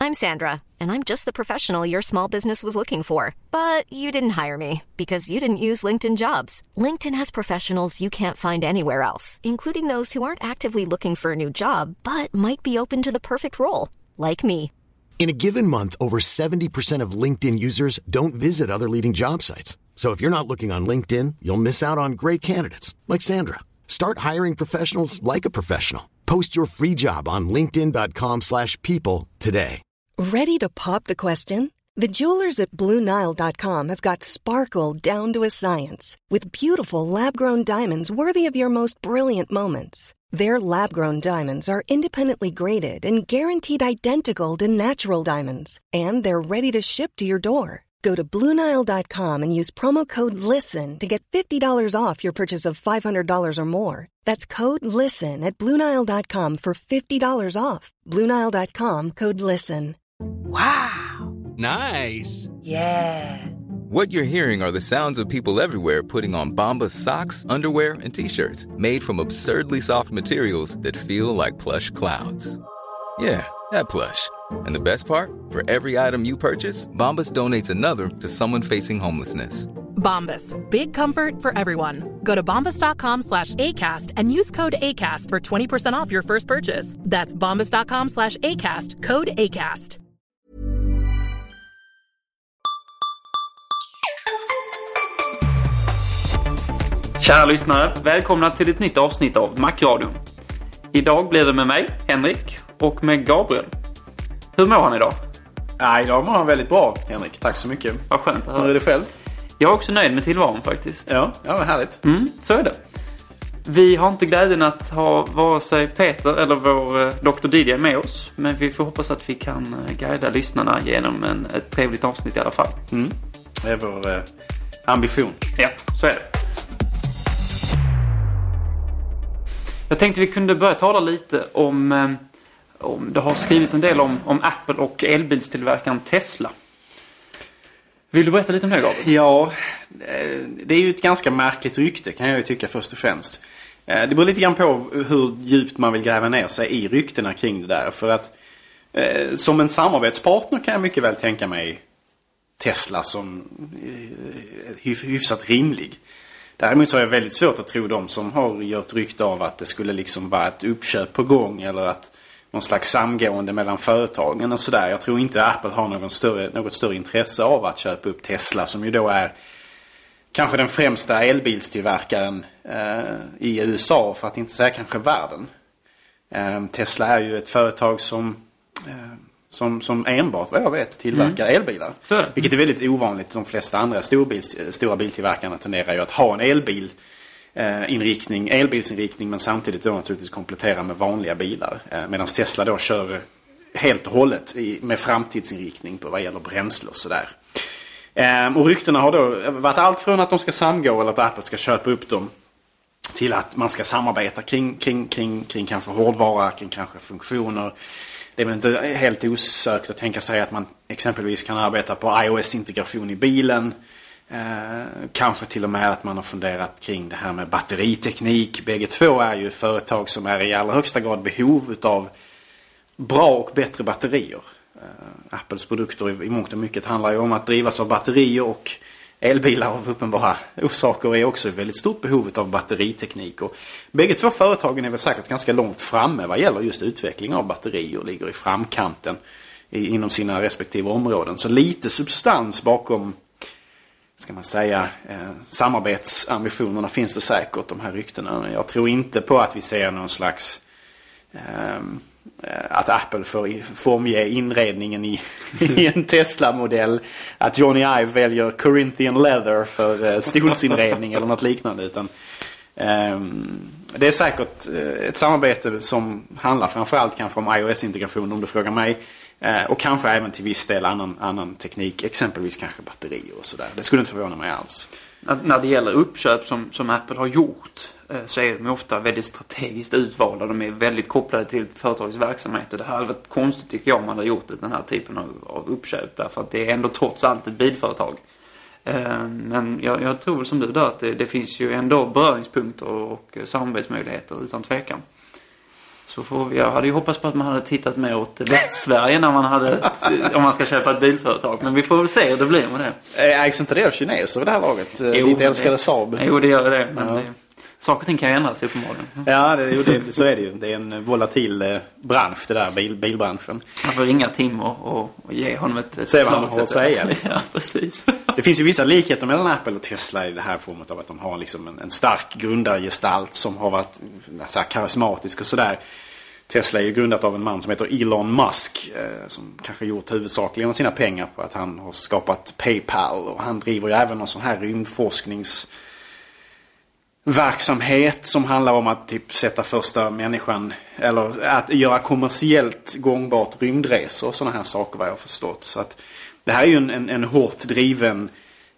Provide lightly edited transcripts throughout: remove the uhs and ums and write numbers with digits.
I'm Sandra, and I'm just the professional your small business was looking for. But you didn't hire me because you didn't use LinkedIn Jobs. LinkedIn has professionals you can't find anywhere else, including those who aren't actively looking for a new job, but might be open to the perfect role, like me. In a given month, over 70% of LinkedIn users don't visit other leading job sites. So if you're not looking on LinkedIn, you'll miss out on great candidates like Sandra. Start hiring professionals like a professional. Post your free job on linkedin.com/people today. Ready to pop the question? The jewelers at BlueNile.com have got sparkle down to a science with beautiful lab-grown diamonds worthy of your most brilliant moments. Their lab-grown diamonds are independently graded and guaranteed identical to natural diamonds, and they're ready to ship to your door. Go to BlueNile.com and use promo code LISTEN to get $50 off your purchase of $500 or more. That's code LISTEN at BlueNile.com for $50 off. BlueNile.com, code LISTEN. Wow. Nice. Yeah. What you're hearing are the sounds of people everywhere putting on Bombas socks, underwear, and T-shirts made from absurdly soft materials that feel like plush clouds. Yeah, that plush. And the best part? For every item you purchase, Bombas donates another to someone facing homelessness. Bombas. Big comfort for everyone. Go to bombas.com/ACAST and use code ACAST for 20% off your first purchase. That's bombas.com/ACAST. Code ACAST. Kära lyssnare, välkomna till ett nytt avsnitt av Macradion. Idag blir det med mig, Henrik, och med Gabriel. Hur mår han idag? Ja, idag mår han väldigt bra, Henrik. Tack så mycket. Vad skönt att höra. Hur är det själv? Jag är också nöjd med tillvaron faktiskt. Ja, vad härligt. Så är det. Vi har inte glädjen att ha vare sig Peter eller vår Dr. DJ med oss. Men vi får hoppas att vi kan guida lyssnarna genom ett trevligt avsnitt i alla fall. Det är vår ambition. Ja, så är det. Jag tänkte vi kunde börja tala lite om det har skrivits en del om Apple och elbilstillverkaren Tesla. Vill du berätta lite om det, Gabriel? Ja, det är ju ett ganska märkligt rykte kan jag ju tycka först och främst. Det beror lite grann på hur djupt man vill gräva ner sig i ryktena kring det där. För att som en samarbetspartner kan jag mycket väl tänka mig Tesla som hyfsat rimlig. Däremot så är det väldigt svårt att tro de som har gjort rykte av att det skulle liksom vara ett uppköp på gång eller att någon slags samgående mellan företagen och sådär. Jag tror inte Apple har något större intresse av att köpa upp Tesla som ju då är kanske den främsta elbilstillverkaren i USA, för att inte säga kanske världen. Tesla är ju ett företag som enbart, vad jag vet, tillverkar elbilar. Vilket är väldigt ovanligt. De flesta andra stora biltillverkarna tenderar ju att ha en elbilsinriktning, men samtidigt då naturligtvis komplettera med vanliga bilar. Medan Tesla då kör helt och hållet med framtidsinriktning på vad gäller bränsle och sådär. Och ryktena har då varit allt från att de ska samgå eller att Apple ska köpa upp dem till att man ska samarbeta kring kanske hårdvara, kring kanske funktioner. Det är väl inte helt osökt att tänka sig att man exempelvis kan arbeta på iOS-integration i bilen. Kanske till och med att man har funderat kring det här med batteriteknik. Bägge två är ju företag som är i allra högsta grad behov av bra och bättre batterier. Apples produkter i mångt och mycket handlar ju om att drivas av batterier, och elbilar av uppenbara orsaker är också i väldigt stort behov av batteriteknik. Och bägge två företagen är väl säkert ganska långt framme vad gäller just utveckling av batterier och ligger i framkanten inom sina respektive områden. Så lite substans bakom, ska man säga, samarbetsambitionerna finns det säkert, de här ryktena. Jag tror inte på att vi ser någon slags att Apple får formge inredningen i en Tesla-modell, att Johnny Ive väljer Corinthian leather för stolsinredning eller något liknande, utan det är säkert ett samarbete som handlar framförallt kanske om iOS-integration om du frågar mig, och kanske även till viss del annan teknik, exempelvis kanske batterier och sådär. Det skulle inte förvåna mig alls. När det gäller uppköp som Apple har gjort, så är de ofta väldigt strategiskt utvalda. De är väldigt kopplade till företagets verksamhet, och det här hade varit konstigt tycker jag om man hade gjort den här typen av uppköp, därför att det är ändå trots allt ett bilföretag. Men jag tror som du där att det finns ju ändå beröringspunkter och samarbetsmöjligheter utan tvekan. Så jag hade ju hoppats på att man hade tittat mer åt Västsverige när man hade, om man ska köpa ett bilföretag. Men vi får väl se hur det blir med det. Ägs inte det av kineser vid det här laget? Ditt älskade Saab. Jo, det gör det. Men saker och ting kan ju ändras uppenbarligen. Ja, så är det ju. Det är en volatil bransch, det där bilbranschen. Man får ringa Tim och ge honom ett se vad han har att säga. Liksom. Ja, precis. Det finns ju vissa likheter mellan Apple och Tesla i det här formet av att de har liksom en stark grundargestalt som har varit så här karismatisk och sådär. Tesla är ju grundat av en man som heter Elon Musk som kanske gjort huvudsakligen sina pengar på att han har skapat PayPal, och han driver ju även någon sån här rymdforskningsverksamhet som handlar om att typ sätta första människan, eller att göra kommersiellt gångbart rymdresor och sådana här saker, vad jag har förstått. Så att det här är ju en hårt driven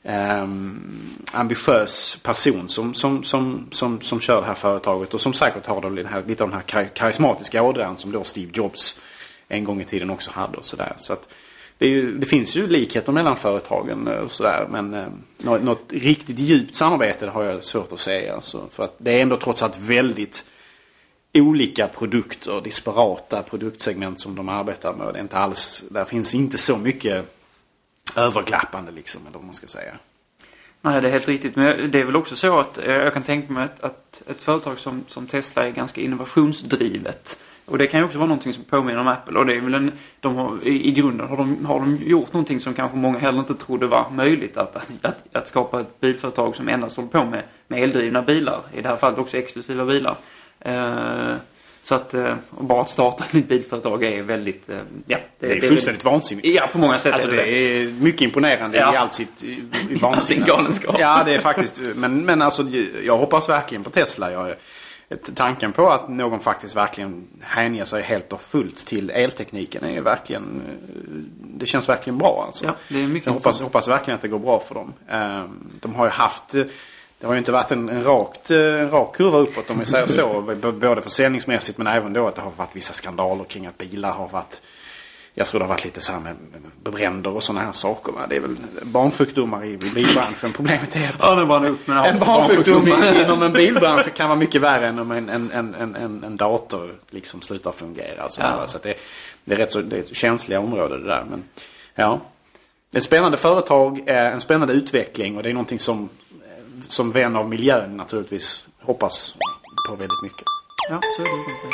ambitiös person som kör det här företaget, och som säkert har då lite av den här karismatiska ådran som då Steve Jobs en gång i tiden också hade och sådär. Så att det finns ju likheter mellan företagen och sådär, men något riktigt djupt samarbete har jag svårt att säga. Alltså, för att det är ändå trots allt väldigt olika produkter, disparata produktsegment som de arbetar med. Det är inte alls, där finns inte så mycket överglappande liksom, eller vad man ska säga. Nej, det är helt riktigt. Men det är väl också så att jag kan tänka mig att ett företag som Tesla är ganska innovationsdrivet. Och det kan ju också vara någonting som påminner om Apple. Och det är väl i grunden har de gjort någonting som kanske många heller inte trodde var möjligt. Att skapa ett bilföretag som endast håller på med eldrivna bilar. I det här fallet också exklusiva bilar. Så att bara att starta ett nytt bilföretag är väldigt... det är fullständigt vansinnigt. Ja, på många sätt. Alltså det är mycket imponerande i allt sitt vansinne. Galenskap. Ja, det är faktiskt... Men alltså, jag hoppas verkligen på Tesla. Tanken på att någon faktiskt verkligen hänger sig helt och fullt till eltekniken är verkligen... Det känns verkligen bra. Alltså. Ja, det är mycket. Jag hoppas verkligen att det går bra för dem. De har ju haft... Det har ju inte varit en rak kurva uppåt, om vi säger så. Både försäljningsmässigt, men även då att det har varit vissa skandaler kring att bilar har varit... Jag tror det har varit lite så här med bränder och sådana här saker. Det är väl barnsjukdomar i bilbranschen. Problemet är att en barnsjukdom inom en bilbransch kan vara mycket värre än om en dator liksom slutar fungera. Alltså, ja. Så att det är ett känsliga område det där. Men ja, ett spännande företag, en spännande utveckling, och det är någonting som vän av miljön naturligtvis hoppas på väldigt mycket. Ja, så är det.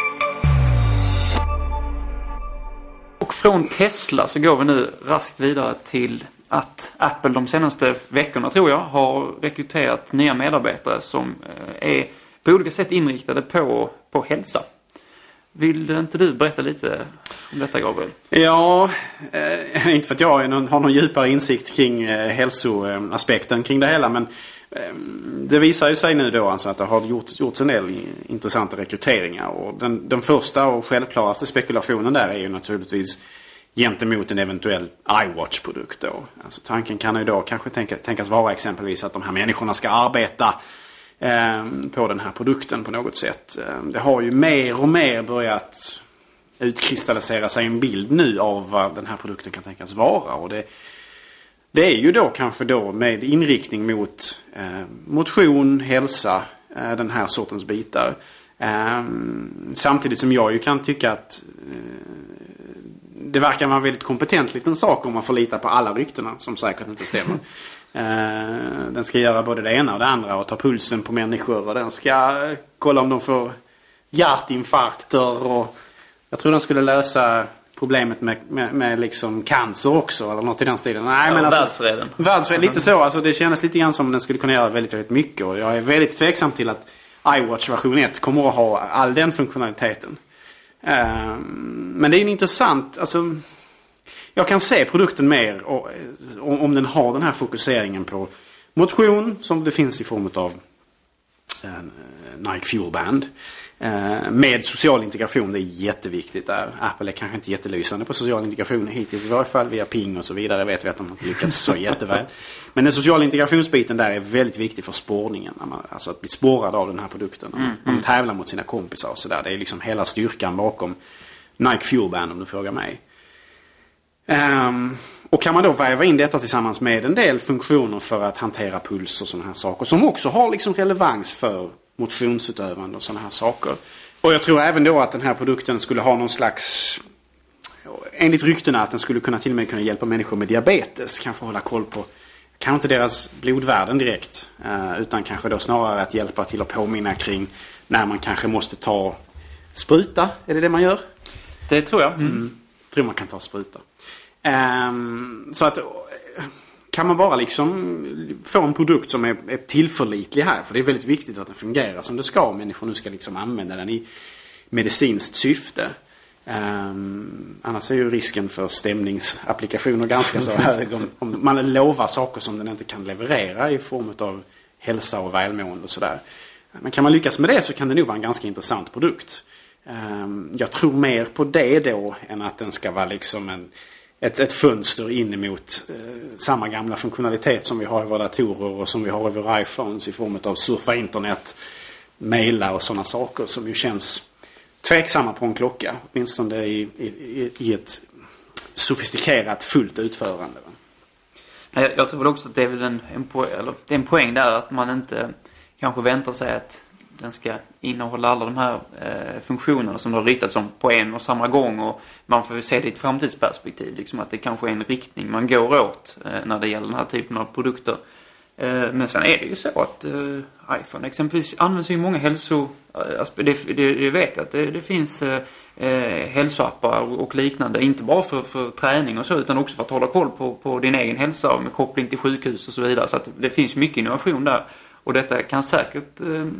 Och från Tesla så går vi nu raskt vidare till att Apple de senaste veckorna, tror jag, har rekryterat nya medarbetare som är på olika sätt inriktade på hälsa. Vill inte du berätta lite om detta, Gabriel? Ja, inte för att jag har någon djupare insikt kring hälsoaspekten kring det hela, men det visar ju sig nu då alltså att det har gjorts en del intressanta rekryteringar, och den första och självklaraste spekulationen där är ju naturligtvis gentemot en eventuell iWatch-produkt då. Alltså tanken kan ju då kanske tänkas vara exempelvis att de här människorna ska arbeta på den här produkten på något sätt. Det har ju mer och mer börjat utkristallisera sig en bild nu av vad den här produkten kan tänkas vara, och det är ju då kanske då med inriktning mot motion, hälsa, den här sortens bitar. Samtidigt som jag ju kan tycka att det verkar vara en väldigt kompetent liten sak om man får lita på alla ryktena som säkert inte stämmer. Den ska göra både det ena och det andra och ta pulsen på människor, och den ska kolla om de får hjärtinfarkter, och jag tror den skulle lösa problemet med liksom cancer också, eller något i den stilen. Nej, men alltså, världsfreden, lite så. Alltså, det känns lite grann som den skulle kunna göra väldigt, väldigt mycket, och jag är väldigt tveksam till att iWatch version 1 kommer att ha all den funktionaliteten. Men det är en intressant, alltså, jag kan se produkten mer om den har den här fokuseringen på motion som det finns i form av Nike Fuel Band. Med social integration, det är jätteviktigt där. Apple är kanske inte jättelysande på social integration hittills, i varje fall via ping och så vidare vet vi att de har lyckats så jätteväl. Men den sociala integrationsbiten där är väldigt viktig för spårningen, alltså att bli spårad av den här produkten. Man tävlar mot sina kompisar och sådär. Det är liksom hela styrkan bakom Nike Fuel Band, om du frågar mig. Och kan man då väva in detta tillsammans med en del funktioner för att hantera puls och sådana här saker som också har liksom relevans för motionsutövande och sådana här saker, Och jag tror även då att den här produkten skulle ha någon slags, enligt ryktena, att den skulle kunna till och med kunna hjälpa människor med diabetes. Kanske hålla koll på, kanske inte deras blodvärden direkt, utan kanske då snarare att hjälpa till att påminna kring när man kanske måste ta spruta. Är det man gör? Det tror jag. Tror man kan ta spruta. Så att kan man bara liksom få en produkt som är tillförlitlig här. För det är väldigt viktigt att den fungerar som det ska. Om människor nu ska liksom använda den i medicinskt syfte. Annars är ju risken för stämningsapplikationer ganska så hög. Om man lovar saker som den inte kan leverera i form av hälsa och välmående och sådär. Men kan man lyckas med det så kan det nog vara en ganska intressant produkt. Jag tror mer på det då än att den ska vara liksom ett fönster in emot samma gamla funktionalitet som vi har i våra datorer och som vi har i våra iPhones i form av surfa internet, mejla och sådana saker som ju känns tveksamma på en klocka. Åtminstone i ett sofistikerat fullt utförande. Jag tror också att det är väl en poäng där att man inte kanske väntar sig att den ska innehålla alla de här funktionerna som det har riktats om på en och samma gång, och man får se det i ett framtidsperspektiv, liksom att det kanske är en riktning man går åt när det gäller den här typen av produkter. Men sen är det ju så att iPhone exempelvis används ju i många det vet jag att det finns hälsoappar och liknande, inte bara för träning och så, utan också för att hålla koll på din egen hälsa med koppling till sjukhus och så vidare, så att det finns mycket innovation där. Och detta kan säkert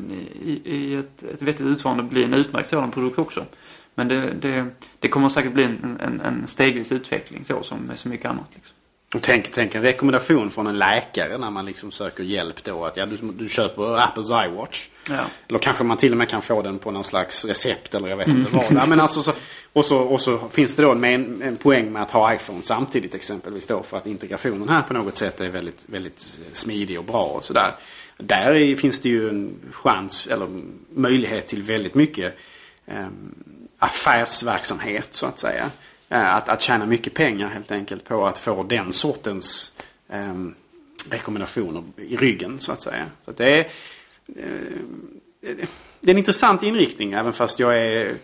i ett vettigt utförande bli en utmärkt sådan produkt också. Men det kommer säkert bli en stegvis utveckling som med så mycket annat. Liksom. Och tänk en rekommendation från en läkare när man liksom söker hjälp då. Att du köper Apples iWatch. Ja. Eller kanske man till och med kan få den på någon slags recept eller jag vet inte vad. Ja, men alltså och så finns det då en poäng med att ha iPhone samtidigt exempelvis då, för att integrationen här på något sätt är väldigt, väldigt smidig och bra och sådär. Där finns det ju en chans eller möjlighet till väldigt mycket affärsverksamhet så att säga. Att tjäna mycket pengar helt enkelt på att få den sortens rekommendationer i ryggen så att säga. Så att det är en intressant inriktning, även fast jag är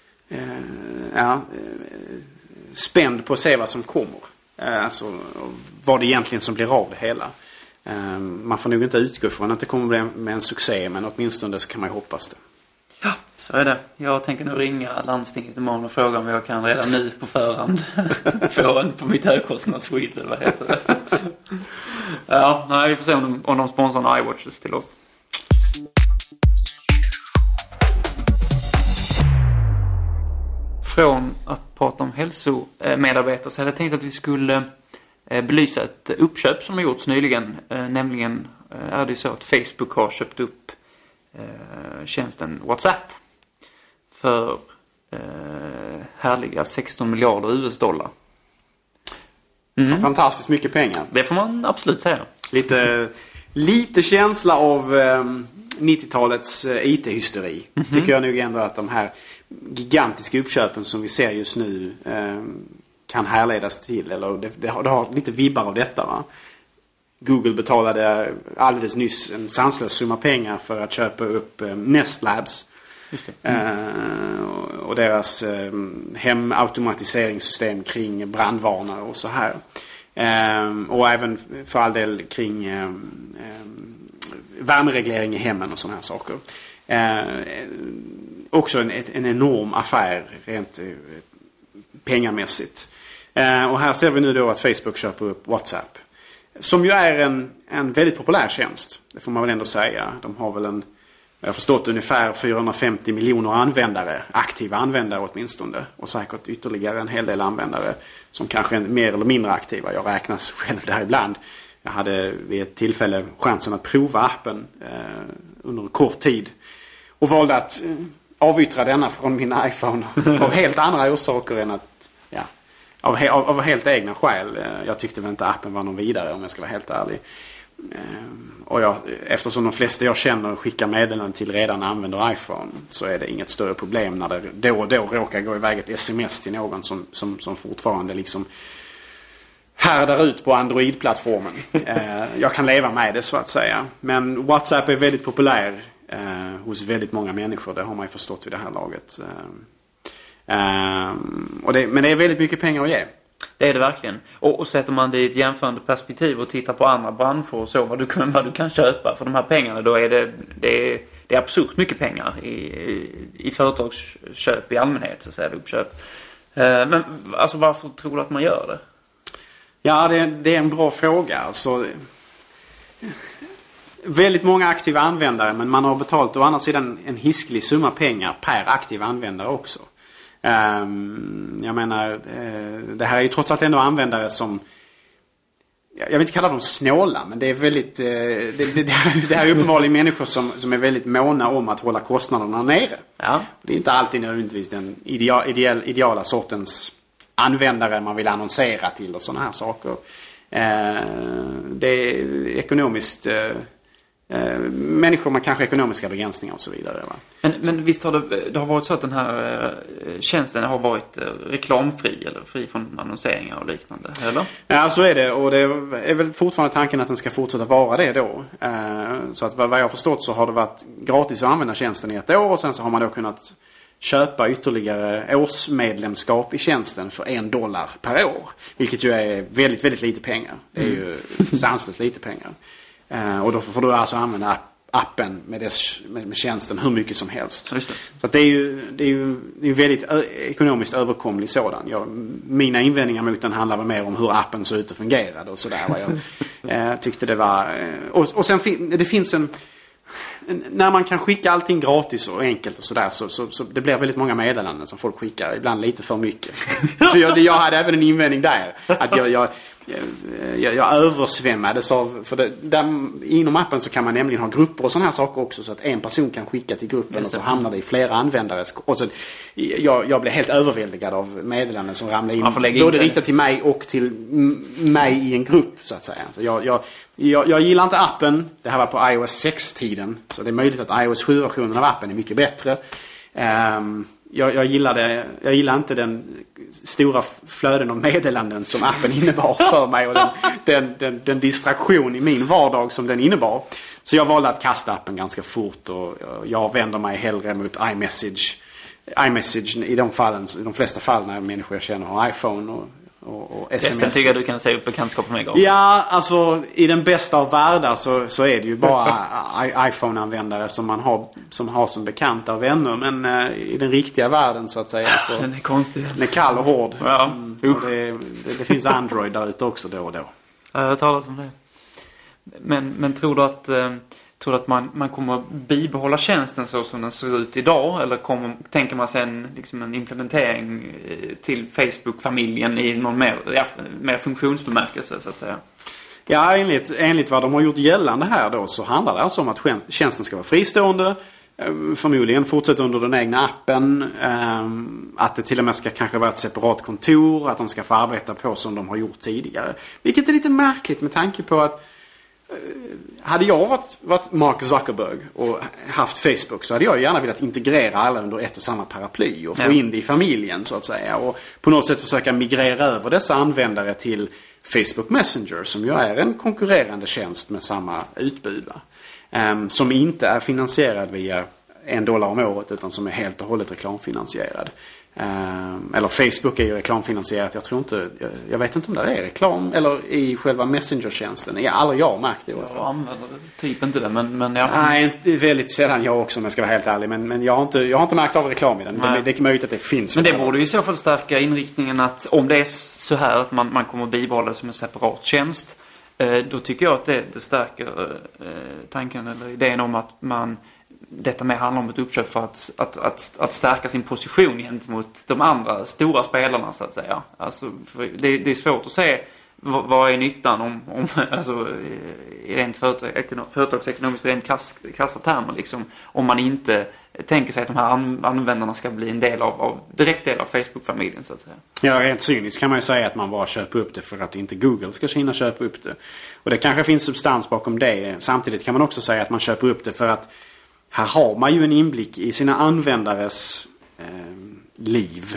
spänd på att se vad som kommer. Alltså vad det egentligen som blir av det hela. Man får nog inte utgå från att det kommer bli med en succé, men åtminstone så kan man ju hoppas det. Ja, så är det. Jag tänker nu ringa landstinget imorgon och fråga om jag kan redan nu på förhand få en på mitt högkostnadsskydd, eller vad heter det? Ja, nej, vi får se om de sponsrar en iWatches till oss. Från att prata om hälsomedarbetare så hade jag tänkt att vi skulle belysa ett uppköp som har gjorts nyligen. Nämligen är det så att Facebook har köpt upp tjänsten WhatsApp för härliga 16 miljarder US-dollar. Fantastiskt mycket pengar. Det får man absolut säga. Lite känsla av 90-talets IT-hysteri. Tycker jag nog ändå att de här gigantiska uppköpen som vi ser just nu kan härledas till. Eller det har lite vibbar av detta, va? Google betalade alldeles nyss en sanslös summa pengar för att köpa upp Nest Labs. Just det. Och deras hemautomatiseringssystem kring brandvarnare och så här. Och även för all del kring värmereglering i hemmen och sådana här saker. Också en enorm affär rent pengamässigt. Och här ser vi nu då att Facebook köper upp WhatsApp. Som ju är en väldigt populär tjänst. Det får man väl ändå säga. De har väl jag har förstått ungefär 450 miljoner användare. Aktiva användare åtminstone. Och säkert ytterligare en hel del användare som kanske är mer eller mindre aktiva. Jag räknas själv där ibland. Jag hade vid ett tillfälle chansen att prova appen under kort tid. Och valde att avyttra denna från min iPhone av helt andra orsaker än att av helt egna skäl. Jag tyckte väl inte appen var någon vidare, om jag ska vara helt ärlig. Och eftersom de flesta jag känner skickar meddelanden till redan använder iPhone, så är det inget större problem när det då och då råkar gå iväg ett sms till någon som fortfarande liksom härdar ut på Android-plattformen. Jag kan leva med det så att säga. Men WhatsApp är väldigt populär. hos väldigt många människor. Det har man ju förstått vid det här laget. Men det är väldigt mycket pengar att ge. Det är det verkligen. Och sätter man det i ett jämförande perspektiv och tittar på andra branscher och så, vad du kan köpa för de här pengarna, då är det är absurt mycket pengar i företagsköp i allmänhet, så att säga, uppköp. Men alltså, varför tror du att man gör det? Ja, det är en bra fråga. Alltså, väldigt många aktiva användare, men man har betalt å andra sidan en hisklig summa pengar per aktiv användare också. Jag menar, det här är ju trots allt ändå användare som, jag vill inte kalla dem snåla, men det är väldigt, det här är uppenbarligen människor som är väldigt måna om att hålla kostnaderna nere. Ja. Det är inte alltid nödvändigtvis den ideala sortens användare man vill annonsera till och sådana här saker. Det är ekonomiskt, människor med kanske ekonomiska begränsningar och så vidare. Va? Men visst har det har varit så att den här tjänsten har varit reklamfri eller fri från annonseringar och liknande, eller? Ja, så är det, och det är väl fortfarande tanken att den ska fortsätta vara det då. Så att vad jag har förstått så har det varit gratis att använda tjänsten i 1 år, och sen så har man då kunnat köpa ytterligare årsmedlemskap i tjänsten för $1 per år. Vilket ju är väldigt, väldigt lite pengar. Det är ju sanslöst lite pengar. Och då får du alltså använda appen med tjänsten hur mycket som helst. Just det. Så att det är ju väldigt ekonomiskt överkomlig sådan. Mina invändningar mot den handlar väl mer om hur appen så ut och fungerade och sådär. Jag tyckte det var... Och sen det finns när man kan skicka allting gratis och enkelt och sådär, så det blir väldigt många meddelanden som folk skickar, ibland lite för mycket. Så jag hade även en invändning där, att jag översvämmades av, för inom appen så kan man nämligen ha grupper och sådana här saker också, så att en person kan skicka till gruppen och så hamnar det i flera användare. Och så, jag blev helt överväldigad av meddelanden som ramlade in, både riktat till mig och till mig i en grupp, så att säga. Så jag gillar inte appen. Det här var på iOS 6-tiden, så det är möjligt att iOS 7-versionen av appen är mycket bättre. Jag gillar inte den stora flöden av meddelanden som appen innebar för mig, och den distraktion i min vardag som den innebar. Så jag valde att kasta appen ganska fort, och jag vänder mig hellre mot iMessage i de flesta fall när människor jag känner har iPhone och SMS. Jag tycker du kan säga upp bekantskap med mig. Ja, alltså i den bästa av världar så är det ju bara iPhone-användare som man har som bekanta och vänner. Men i den riktiga världen, så att säga, så den är konstig. Den är kall och hård. Ja. Det finns Android där ute också då och då. Ja, jag har talat om det. Men tror du att man kommer att bibehålla tjänsten så som den ser ut idag, eller tänker man sen liksom en implementering till Facebook-familjen i någon mer funktionsbemärkelse, så att säga? Ja, enligt vad de har gjort gällande här då, så handlar det alltså om att tjänsten ska vara fristående, förmodligen fortsätta under den egna appen, att det till och med ska kanske vara ett separat kontor, att de ska få arbeta på som de har gjort tidigare. Vilket är lite märkligt med tanke på att hade jag varit Mark Zuckerberg och haft Facebook, så hade jag gärna velat integrera alla under ett och samma paraply och få in det i familjen, så att säga, och på något sätt försöka migrera över dessa användare till Facebook Messenger, som ju är en konkurrerande tjänst med samma utbud, som inte är finansierad via $1 om året, utan som är helt och hållet reklamfinansierad. Eller Facebook är ju reklamfinansierat. Jag vet inte om det är reklam eller i själva Messenger-tjänsten. Jag har märkt det. Jag använder typ inte det, men ja. Nej, det är väldigt sällan jag också, om jag ska vara helt ärlig. Men jag har inte märkt av reklam i den. Det är möjligt att det finns. Men det borde ju i så fall stärka inriktningen, att om det är så här att man kommer att bibehålla det som en separat tjänst, då tycker jag att det stärker tanken eller idén om att detta med handlar om ett uppköp för att stärka sin position gentemot de andra stora spelarna, så att säga. Alltså, det är svårt att se vad är nyttan om alltså, i rent företagsekonomiskt, rent krassa termer, liksom, om man inte tänker sig att de här användarna ska bli en direkt del av Facebook-familjen, så att säga. Ja, rent cyniskt kan man ju säga att man bara köper upp det för att inte Google ska hinna köpa upp det. Och det kanske finns substans bakom det. Samtidigt kan man också säga att man köper upp det för att här har man ju en inblick i sina användares liv.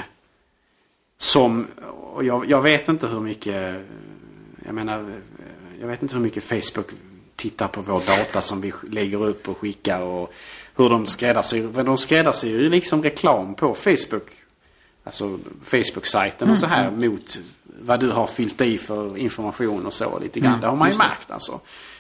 Och jag vet inte hur mycket, jag vet inte hur mycket Facebook tittar på vår data som vi lägger upp och skickar, och hur de skräddarsyr ju liksom reklam på Facebook. Alltså Facebook-sajten och så här mot vad du har fyllt i för information och så lite grann. Det har man ju märkt alltså.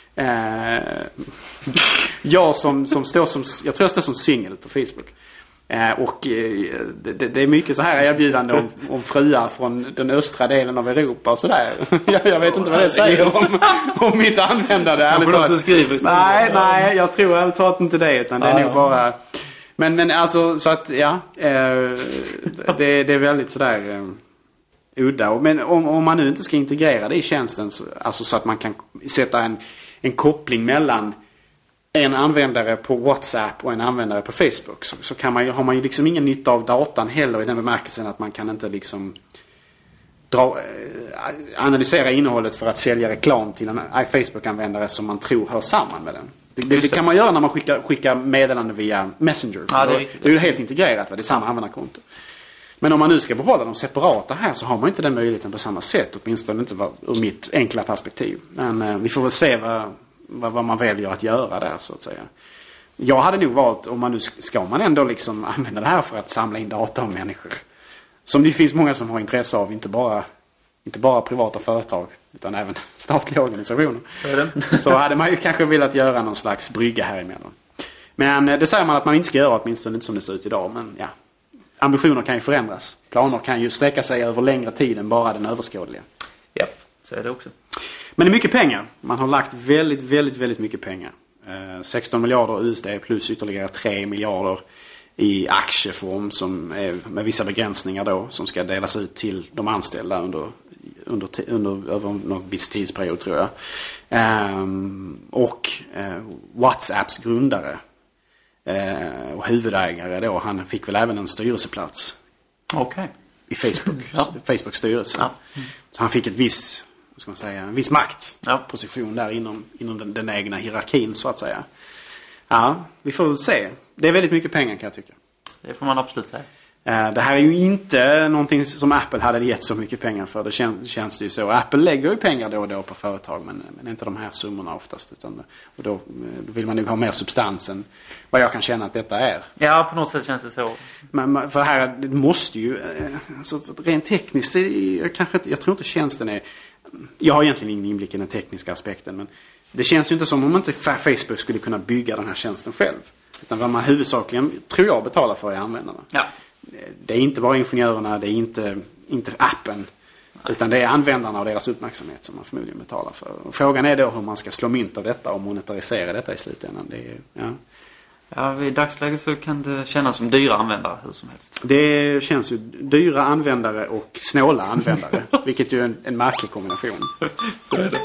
Jag tror jag står som singel på Facebook. Och det är mycket så här erbjudande om fruar från den östra delen av Europa och sådär. Jag vet inte vad det säger om mitt användande. Nej, jag tror ärligt talat inte det, utan det är nog bara... Men alltså, så att ja, det är väldigt sådär udda. Men om man nu inte ska integrera det i tjänsten, alltså så att man kan sätta en koppling mellan en användare på WhatsApp och en användare på Facebook, så har man ju liksom ingen nytta av datan heller, i den bemärkelsen att man kan inte liksom analysera innehållet för att sälja reklam till en Facebook-användare som man tror hör samman med den. Det kan man göra när man skickar meddelande via Messenger. Ja, det är ju helt integrerat, va? Det är samma användarkonto. Men om man nu ska behålla dem separata här, så har man inte den möjligheten på samma sätt. Åtminstone inte ur mitt enkla perspektiv. Men vi får väl se vad man väljer att göra där, så att säga. Jag hade nog valt, om man nu ska man ändå liksom använda det här för att samla in data om människor. Som det finns många som har intresse av, inte bara privata företag, utan även statliga organisationer. Så hade man ju kanske velat göra någon slags brygga här emellan. Men det säger man att man inte ska göra, åtminstone inte som det ser ut idag. Men ja, ambitioner kan ju förändras. Planer kan ju sträcka sig över längre tid än bara den överskådliga. Ja, så är det också. Men det är mycket pengar. Man har lagt väldigt, väldigt, väldigt mycket pengar. 16 miljarder USD plus ytterligare 3 miljarder i aktieform, som är med vissa begränsningar då, som ska delas ut till de anställda över någon viss tidsperiod, tror jag. Och WhatsApps grundare och huvudägare då, han fick väl även en styrelseplats. Okej. I Facebooks styrelse. Ja. Så han fick en viss makt, position där inom den egna hierarkin, så att säga. Ja, vi får väl se. Det är väldigt mycket pengar, kan jag tycka. Det får man absolut säga. Det här är ju inte någonting som Apple hade gett så mycket pengar för. Det känns ju så. Apple lägger ju pengar då och då på företag, men inte de här summorna oftast. Och då vill man nog ha mer substans än vad jag kan känna att detta är. Ja, på något sätt känns det så. Men för det här, det måste ju... Alltså, rent tekniskt, jag tror inte tjänsten är... Jag har egentligen ingen inblick i den tekniska aspekten, men det känns ju inte som om inte Facebook skulle kunna bygga den här tjänsten själv. Utan vad man huvudsakligen, tror jag, betalar för är användarna. Ja. Det är inte bara ingenjörerna, det är inte appen, utan det är användarna och deras uppmärksamhet som man förmodligen betalar för. Och frågan är då hur man ska slå mynt av detta och monetarisera detta i slutändan. Ja, i dagsläget så kan det kännas som dyra användare hur som helst. Det känns ju dyra användare och snåla användare, vilket ju är en märklig kombination. Så är det.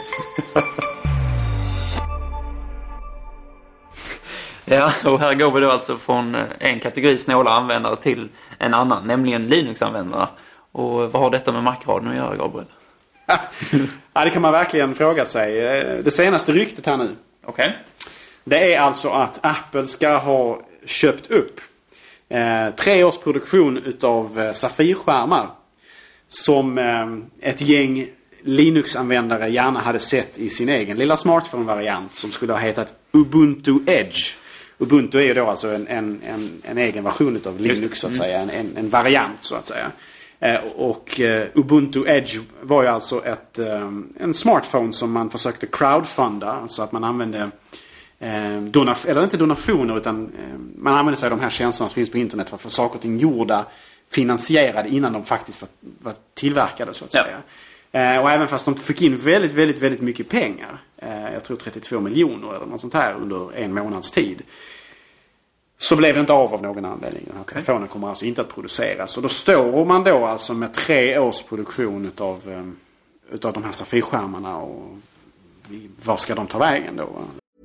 Ja, och här går vi då alltså från en kategori snåla användare till en annan, nämligen Linux-användare. Och vad har detta med Mac-radion att göra, Gabriel? Ja, det kan man verkligen fråga sig. Det senaste ryktet här nu. Okej. Det är alltså att Apple ska ha köpt upp 3 års produktion utav Safir-skärmar som ett gäng Linux-användare gärna hade sett i sin egen lilla smartphone-variant, som skulle ha hetat Ubuntu Edge. Ubuntu är ju då alltså en egen version utav Linux, så att säga. En variant, så att säga. Och Ubuntu Edge var ju alltså en smartphone som man försökte crowdfunda. Alltså att man använde eller inte donationer, utan man använde sig av de här tjänsterna som finns på internet för att få saker och ting gjorda, finansierade innan de faktiskt var tillverkade, så att säga. Och även fast de fick in väldigt, väldigt, väldigt mycket pengar, jag tror 32 miljoner eller något sånt här under en månads tid, så blev det inte av någon anledning. Den här telefonen kommer alltså inte att produceras. Och då står man då alltså med 3 års produktion utav de här Safir-skärmarna, och var ska de ta vägen då?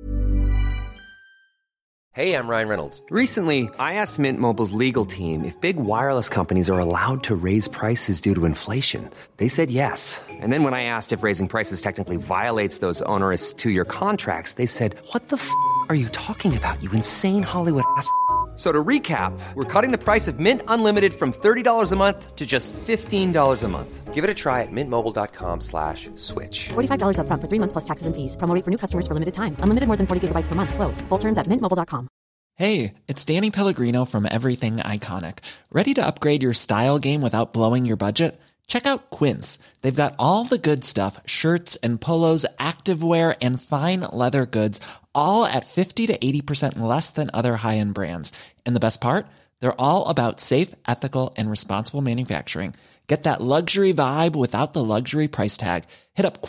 Hey, I'm Ryan Reynolds. Recently, I asked Mint Mobile's legal team if big wireless companies are allowed to raise prices due to inflation. They said yes. And then when I asked if raising prices technically violates those onerous 2-year contracts, they said, "What the f*** are you talking about, you insane Hollywood ass?" So to recap, we're cutting the price of Mint Unlimited from $30 a month to just $15 a month. Give it a try at mintmobile.com/switch. $45 up front for 3 months plus taxes and fees. Promo rate for new customers for limited time. Unlimited more than 40 gigabytes per month slows. Full terms at mintmobile.com. Hey, it's Danny Pellegrino from Everything Iconic. Ready to upgrade your style game without blowing your budget? Check out Quince. They've got all the good stuff, shirts and polos, activewear, and fine leather goods, all at 50 to 80% less than other high-end brands. And the best part? They're all about safe, ethical, and responsible manufacturing. Get that luxury vibe without the luxury price tag. Hit up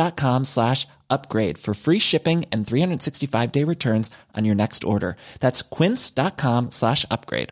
quince.com/upgrade for free shipping and 365-day returns on your next order. That's quince.com/upgrade.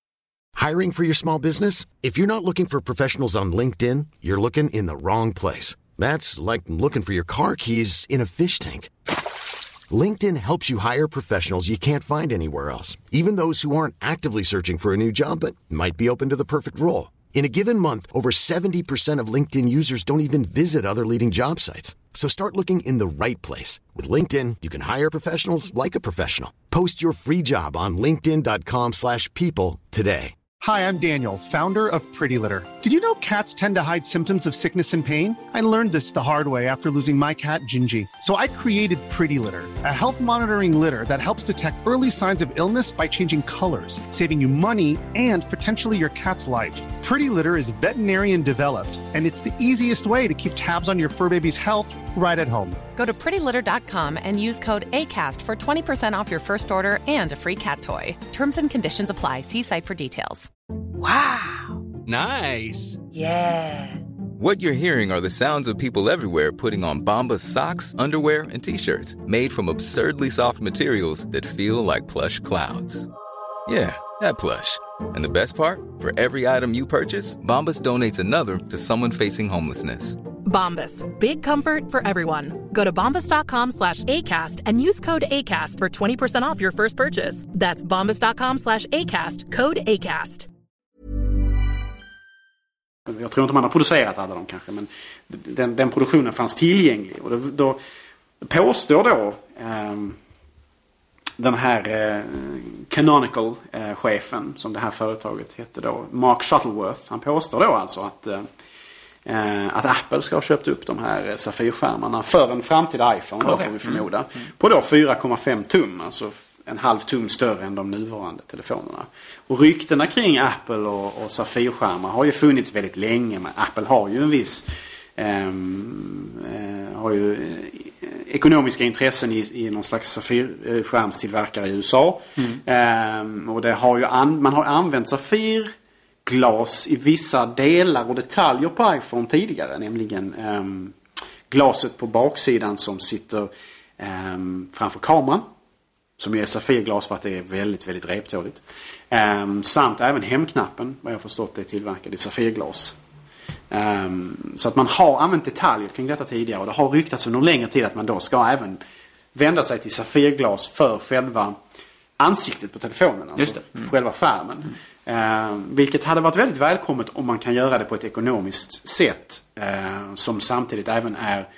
Hiring for your small business? If you're not looking for professionals on LinkedIn, you're looking in the wrong place. That's like looking for your car keys in a fish tank. LinkedIn helps you hire professionals you can't find anywhere else, even those who aren't actively searching for a new job but might be open to the perfect role. In a given month, over 70% of LinkedIn users don't even visit other leading job sites. So start looking in the right place. With LinkedIn, you can hire professionals like a professional. Post your free job on linkedin.com/people today. Hi, I'm Daniel, founder of Pretty Litter. Did you know cats tend to hide symptoms of sickness and pain? I learned this the hard way after losing my cat, Gingy. So I created Pretty Litter, a health monitoring litter that helps detect early signs of illness by changing colors, saving you money and potentially your cat's life. Pretty Litter is veterinarian developed, and it's the easiest way to keep tabs on your fur baby's health right at home. Go to prettylitter.com and use code ACAST for 20% off your first order and a free cat toy. Terms and conditions apply. See site for details. Wow. Nice. Yeah. What you're hearing are the sounds of people everywhere putting on Bombas socks, underwear, and T-shirts made from absurdly soft materials that feel like plush clouds. Yeah, that plush. And the best part? For every item you purchase, Bombas donates another to someone facing homelessness. Bombas. Big comfort for everyone. Go to bombas.com/ACAST and use code ACAST for 20% off your first purchase. That's bombas.com/ACAST. Code ACAST. Jag tror inte man har producerat alla dem kanske, men den produktionen fanns tillgänglig. Och då påstår då den här Canonical-chefen som det här företaget hette då, Mark Shuttleworth, han påstår då alltså att Apple ska ha köpt upp de här Safir-skärmarna för en framtida iPhone, då får vi förmoda, på då 4,5 tum, alltså en halv tum större än de nuvarande telefonerna. Och ryktena kring Apple och Safir-skärmar har ju funnits väldigt länge, men Apple har ju en viss har ju ekonomiska intressen i någon slags Safir-skärmstillverkare i USA. Och det har ju man har använt Safir-glas i vissa delar och detaljer på iPhone tidigare, nämligen glaset på baksidan som sitter framför kameran, som ju är Safirglas för att det är väldigt, väldigt reptåligt. Samt även hemknappen, vad jag förstått, är tillverkad i Safirglas. Så att man har använt detaljer kring detta tidigare, och det har ryktats under längre tid att man då ska även vända sig till Safirglas för själva ansiktet på telefonen, alltså själva skärmen. Vilket hade varit väldigt välkommet om man kan göra det på ett ekonomiskt sätt som samtidigt även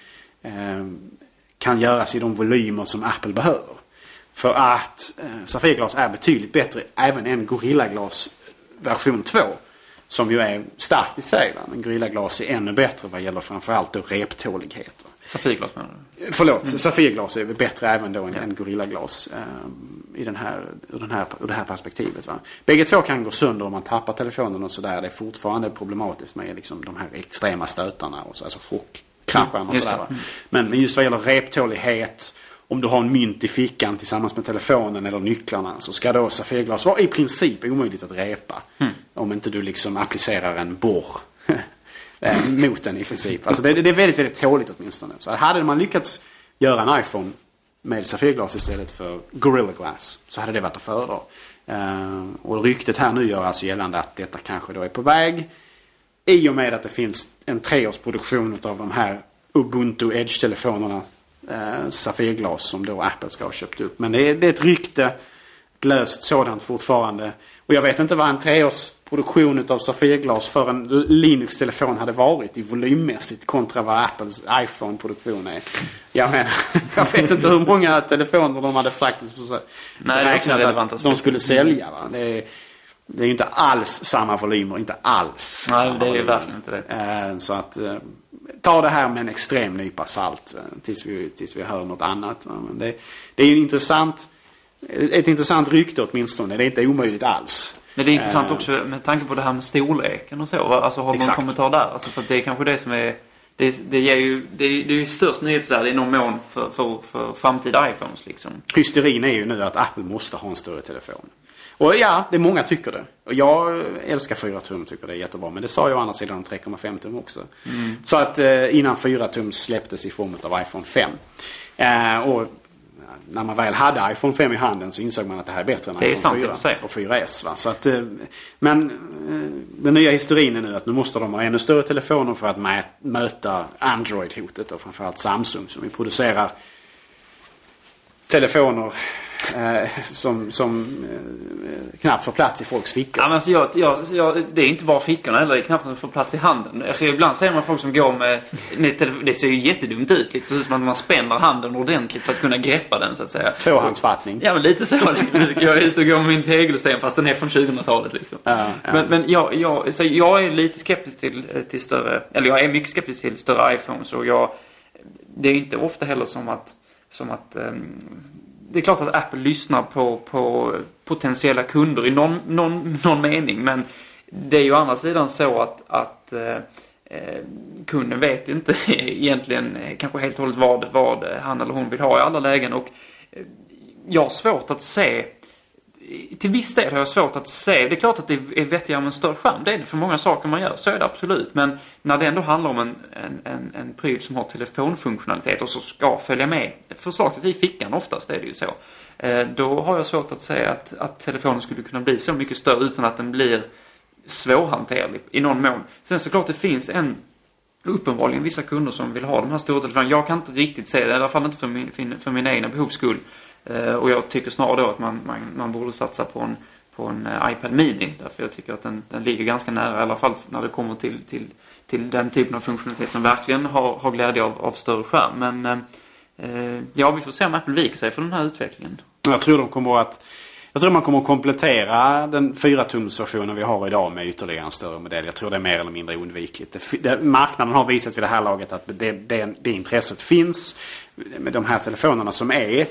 kan göras i de volymer som Apple behöver. För att Safirglas är betydligt bättre även än Gorilla Glass version 2, som ju är starkt i sig. Men Gorilla Glass är ännu bättre vad gäller framförallt då reptålighet. Safirglas menar du? Förlåt, Safirglas är väl även då än Gorilla Glass ur det här perspektivet. Va? Bägge två kan gå sönder om man tappar telefonen och sådär. Det är fortfarande problematiskt med liksom de här extrema stötarna och så, alltså chockkrascharna och sådär. Men just vad gäller reptålighet, om du har en mynt i fickan tillsammans med telefonen eller nycklarna, så ska då Safirglas vara i princip omöjligt att repa. Om inte du liksom applicerar en borr mot den i princip. Alltså det är väldigt, väldigt tåligt åtminstone. Så hade man lyckats göra en iPhone med Safirglas istället för Gorilla Glass, så hade det varit att föredra. Och ryktet här nu gör alltså gällande att detta kanske då är på väg, i och med att det finns en 3-årsproduktion av de här Ubuntu Edge-telefonerna Safirglas som då Apple ska ha köpt upp. Men det är ett rykte, ett löst sådant fortfarande. Och jag vet inte vad en 3-årsproduktion av Safirglas för en Linux-telefon hade varit i volymmässigt kontra vad Apples iPhone-produktion är. Jag vet inte hur många telefoner de hade faktiskt räknat att de skulle sälja. Va? Det är ju inte alls samma volymer, inte alls. Nej, det är ju verkligen inte det. Så att ta det här med en extrem nypa salt tills vi hör något annat. Men det är ju intressant ett intressant rykte åtminstone. Det är inte omöjligt alls. Men det är intressant också med tanke på det här med storleken och så. Alltså har du någon kommentar där? Alltså för att det är kanske det som är... Det är ju störst nyhetsvärde i någon mån för framtida iPhones liksom. Hysterin är ju nu att Apple måste ha en större telefon. Och ja, det är många tycker det. Och jag älskar 4 tum, tycker det är jättebra. Men det sa jag å andra sidan om 3,5 tum också. Så att innan 4 tum släpptes i form av iPhone 5. Och när man väl hade iPhone 5 i handen så insåg man att det här är bättre än iPhone 4 och 4S. Va? Så att, men den nya historien är nu att nu måste de ha ännu större telefoner för att möta Android-hotet och framförallt Samsung som vi producerar telefoner som knappt får plats i folks fickor. Ja, men alltså det är inte bara fickorna eller knappt att få plats i handen. Alltså, ibland ser man folk som går med det ser ju jättedumt ut liksom, som att man spänner handen ordentligt för att kunna greppa den så att säga. Tvåhandsfattning. Ja, men lite så liksom. Jag är ute och går med min tegelsten fast den är från 2000-talet liksom. Men jag är lite skeptisk till större, eller jag är mycket skeptisk till större iPhones och det är inte ofta heller som att det är klart att Apple lyssnar på potentiella kunder i någon mening. Men det är ju å andra sidan så att kunden vet inte egentligen kanske helt och hållet vad han eller hon vill ha i alla lägen. Och jag har svårt att se, till viss del har jag svårt att se, det är klart att det är vettigare med en större skärm. Det är det för många saker man gör, så är det absolut. Men när det ändå handlar om en pryl som har telefonfunktionalitet och så ska följa med förslaget i fickan, oftast är det ju så. Då har jag svårt att säga att telefonen skulle kunna bli så mycket större utan att den blir svårhanterlig i någon mån. Sen såklart det finns uppenbarligen vissa kunder som vill ha de här stora telefonerna. Jag kan inte riktigt se det, i alla fall inte för min egna behovsskull. Och jag tycker snarare då att man borde satsa på en iPad Mini. Därför jag tycker att den ligger ganska nära, i alla fall när det kommer till den typen av funktionalitet som verkligen har glädje av större skärm. Men vi får se om Apple viker sig för den här utvecklingen. Jag tror man kommer att komplettera den 4-tums-versionen vi har idag med ytterligare en större modell. Jag tror det är mer eller mindre undvikligt. Marknaden har visat vid det här laget att det intresset finns med de här telefonerna som är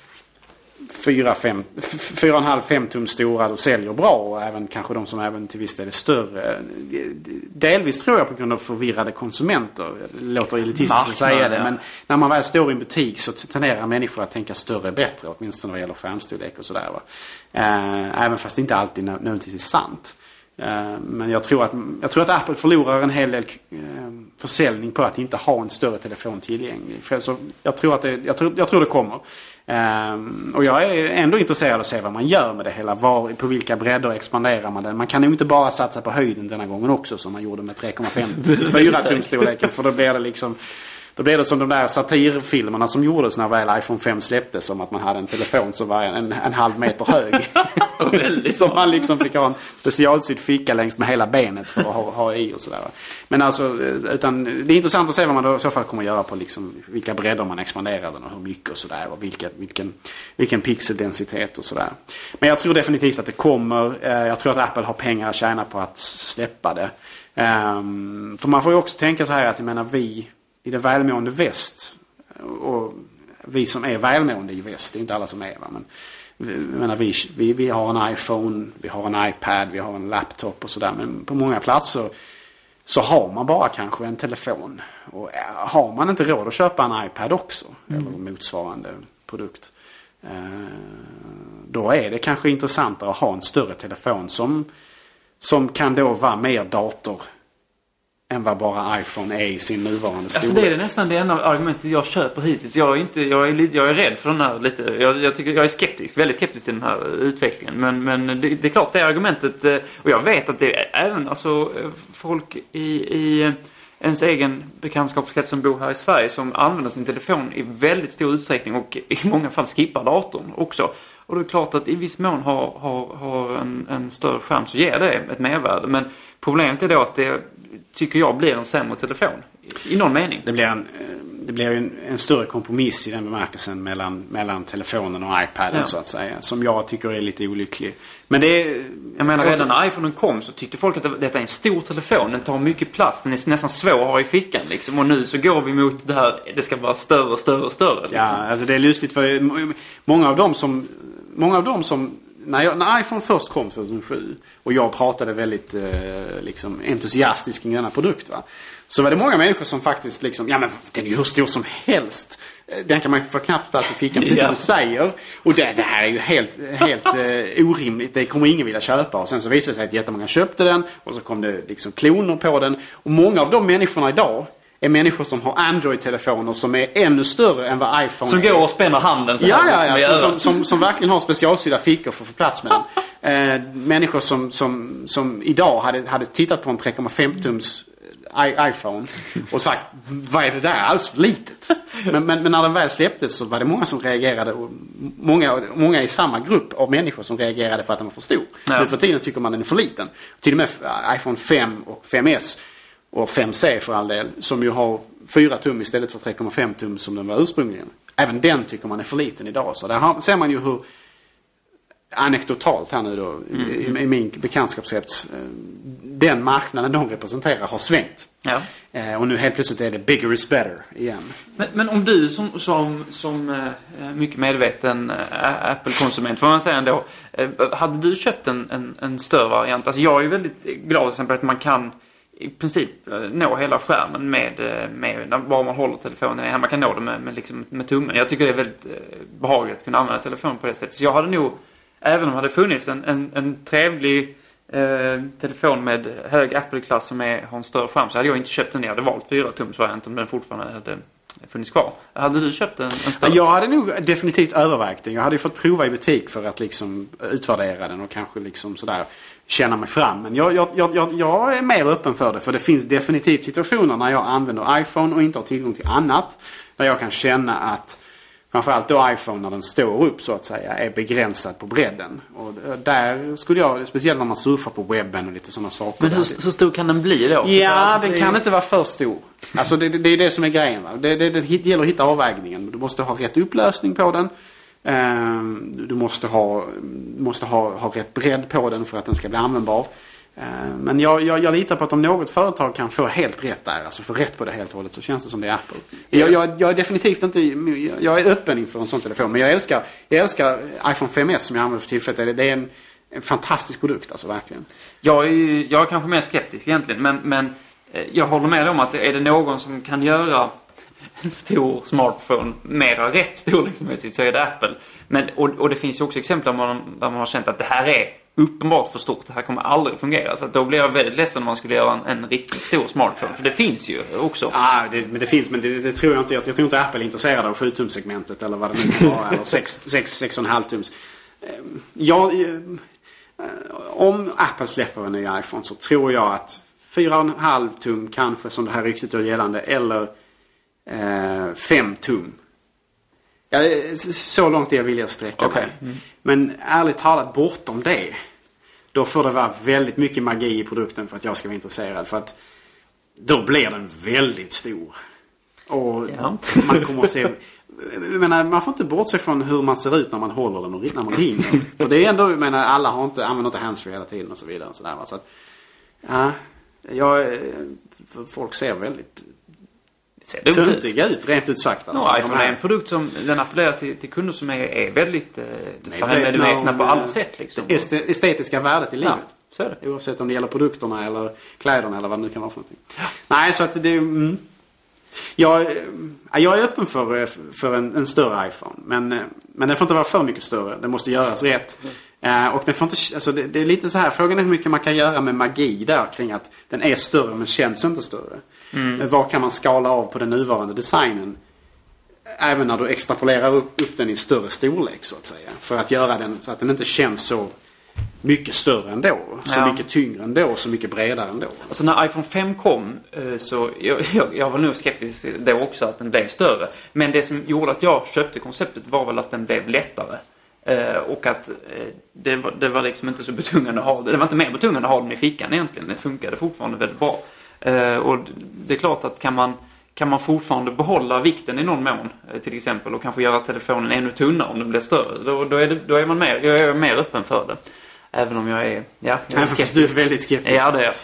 4,5 tum stora och säljer bra, och även kanske de som även till viss del är större. Delvis tror jag på grund av förvirrade konsumenter. Det låter elitistiskt att säga det, men när man väl står i en butik så tenderar människor att tänka större bättre, åtminstone vad gäller skärmstorlek och sådär. Även fast det inte alltid nödvändigtvis är sant. Men jag tror att Apple förlorar en hel del försäljning på att inte ha en större telefon tillgänglig. Så jag tror det kommer. Och jag är ändå intresserad av att se vad man gör med det hela. På vilka bredder expanderar man den. Man kan ju inte bara satsa på höjden denna gången också, som man gjorde med 3,4 tumstorleken. För då blir det som de där satirfilmerna som gjordes när väl iPhone 5 släpptes, som att man hade en telefon som var en halv meter hög. Som man liksom fick ha en specialsydd ficka längs med hela benet för att ha i och sådär. Men alltså, utan det är intressant att se vad man då i så fall kommer att göra på liksom vilka bredder man expanderar den och hur mycket och sådär, och vilken pixeldensitet och sådär. Men jag tror definitivt att det kommer. Jag tror att Apple har pengar att tjäna på att släppa det. För man får ju också tänka så här att, jag menar, vi i det välmående väst, och vi som är välmående i väst, det är inte alla som är, va? Men jag menar, vi har en iPhone, vi har en iPad, vi har en laptop och sådär, men på många platser så har man bara kanske en telefon, och har man inte råd att köpa en iPad också eller motsvarande produkt, då är det kanske intressantare att ha en större telefon som kan då vara mer dator än vad bara iPhone är i sin nuvarande storlek. Alltså det är nästan det enda argumentet jag köper hittills. Jag är rädd för den här lite. Jag tycker jag är väldigt skeptisk till den här utvecklingen. Men det är klart det argumentet, och jag vet att det är även alltså folk i ens egen bekantskapskrets som bor här i Sverige som använder sin telefon i väldigt stor utsträckning och i många fall skippar datorn också. Och det är klart att i viss mån har en större skärm så ger det ett mervärde. Men problemet är då att det, tycker jag, blir en sämre telefon i någon mening. Det blir ju en större kompromiss i den bemärkelsen mellan telefonen och iPaden, så att säga, som jag tycker är lite olycklig. Men jag menar, redan när iPhonen kom så tyckte folk att detta är en stor telefon, den tar mycket plats, den är nästan svår att ha i fickan liksom. Och nu så går vi mot det här, det ska vara större och större. Liksom. Ja, alltså det är lustigt, för många av dem som många av dem som när iPhone först kom 2007 och jag pratade väldigt liksom entusiastiskt kring denna produkt, va? Så var det många människor som faktiskt liksom, ja men den är ju hur stor som helst. Den kan man ju få knappt plats i fickan, precis som du säger. Och det här är ju helt orimligt. Det kommer ingen vilja köpa. Och sen så visade det sig att jättemånga köpte den. Och så kom det liksom kloner på den. Och många av de människorna idag är människor som har Android-telefoner som är ännu större än vad iPhone som är. går och spänner handen så här. Ja. Som verkligen har specialsydda fickor för att få plats med den. Människor som idag hade tittat på en 3,5-tums iPhone och sagt, vad är det där? Alldeles för litet. Men när den väl släpptes så var det många som reagerade, och många i samma grupp av människor som reagerade för att den var för stor. Ja. Nu för tiden tycker man den är för liten. Till och med iPhone 5 och 5S och 5C för all del, som ju har 4 tum istället för 3,5 tum som den var ursprungligen. Även den tycker man är för liten idag. Så där ser man ju hur anekdotalt här nu då i min bekantskapskrets den marknaden de representerar har svängt. Ja. Och nu helt plötsligt är det bigger is better igen. Men om du som mycket medveten Apple-konsument, får man säga ändå, hade du köpt en större variant? Alltså jag är väldigt glad till exempel att man kan i princip nå hela skärmen med var man håller telefonen. Man kan nå det med tummen. Jag tycker det är väldigt behagligt att kunna använda telefonen på det sättet. Så jag hade nog, även om det hade funnits en trevlig telefon med hög Apple-klass som har en större skärm, så hade jag inte köpt den. Jag hade valt 4-tums-variant om den fortfarande hade funnits kvar. Hade du köpt en större? Jag hade nog definitivt övervägt den. Jag hade ju fått prova i butik för att liksom utvärdera den och kanske liksom sådär känna mig fram. Men jag är mer öppen för det. För det finns definitivt situationer när jag använder iPhone och inte har tillgång till annat. Där jag kan känna att framförallt då iPhone, när den står upp så att säga, är begränsad på bredden. Och där skulle jag, speciellt när man surfar på webben och lite sådana saker. Men hur stor kan den bli då? Ja, den kan inte vara för stor. Alltså det är det som är grejen, va? Det gäller att hitta avvägningen. Du måste ha rätt upplösning på den. Du måste ha rätt bredd på den för att den ska bli användbar. Men jag litar på att om något företag kan få helt rätt där, alltså få rätt på det helt och hållet, så känns det som det är Apple. Jag är definitivt inte, jag är öppen inför en sån telefon, men jag älskar iPhone 5S som jag använder för tillfället. Det är en fantastisk produkt, alltså verkligen. Jag är kanske mer skeptisk egentligen, men jag håller med om att är det någon som kan göra en stor smartphone mer rätt storleksmässigt, så är det Apple. Och det finns ju också exempel där man har känt att det här är uppenbart för stort. Det här kommer aldrig fungera. Så att då blir jag väldigt ledsen om man skulle göra en riktigt stor smartphone. För det finns ju också. Ja, det finns, men det tror jag inte. Jag tror inte Apple är intresserad av 7-tumssegmentet eller vad det nu kan vara. Eller 6,5-tums. Om Apple släpper en ny iPhone så tror jag att 4,5 tum kanske, som det här ryktet gör gällande, eller 5 tum. Ja, så långt jag vill sträcka mig. Men ärligt talat, bortom det, då får det vara väldigt mycket magi i produkten för att jag ska vara intresserad. För att då blir den väldigt stor. Och man kommer att se... man får inte bortse från hur man ser ut när man håller den och när man ringer. För det är ändå, alla använder inte handsfree hela tiden och så vidare. Och så där, så att, folk ser väldigt töntiga ut, rent ut sagt. Alltså, iPhone är en produkt som den appellerar till kunder som är väldigt designmedvetna på alla sätt. Liksom. Estetiska värdet i livet. Ja, så är det. Oavsett om det gäller produkterna eller kläderna eller vad det nu kan vara för någonting. Nej, så att det... Jag är öppen för en större iPhone. Men den får inte vara för mycket större. Den måste göras rätt. Och den får inte, alltså det är lite så här. Frågan är hur mycket man kan göra med magi där kring att den är större men känns inte större. Vad kan man skala av på den nuvarande designen? Även när du extrapolerar upp den i större storlek så att säga. För att göra den så att den inte känns så mycket större ändå. Så mycket tyngre ändå. Så mycket bredare ändå. Alltså när iPhone 5 kom så jag var nog skeptisk då också att den blev större. Men det som gjorde att jag köpte konceptet var väl att den blev lättare. Och att det var liksom inte så betungande att ha det. Det var inte mer betungande att ha den i fickan egentligen. Det funkade fortfarande väldigt bra. Och det är klart att kan man fortfarande behålla vikten i någon mån till exempel och kanske göra telefonen ännu tunnare om den blir större. Då är man jag är mer öppen för det. Även om jag är skeptisk. Du är väldigt skeptisk. Ja, det är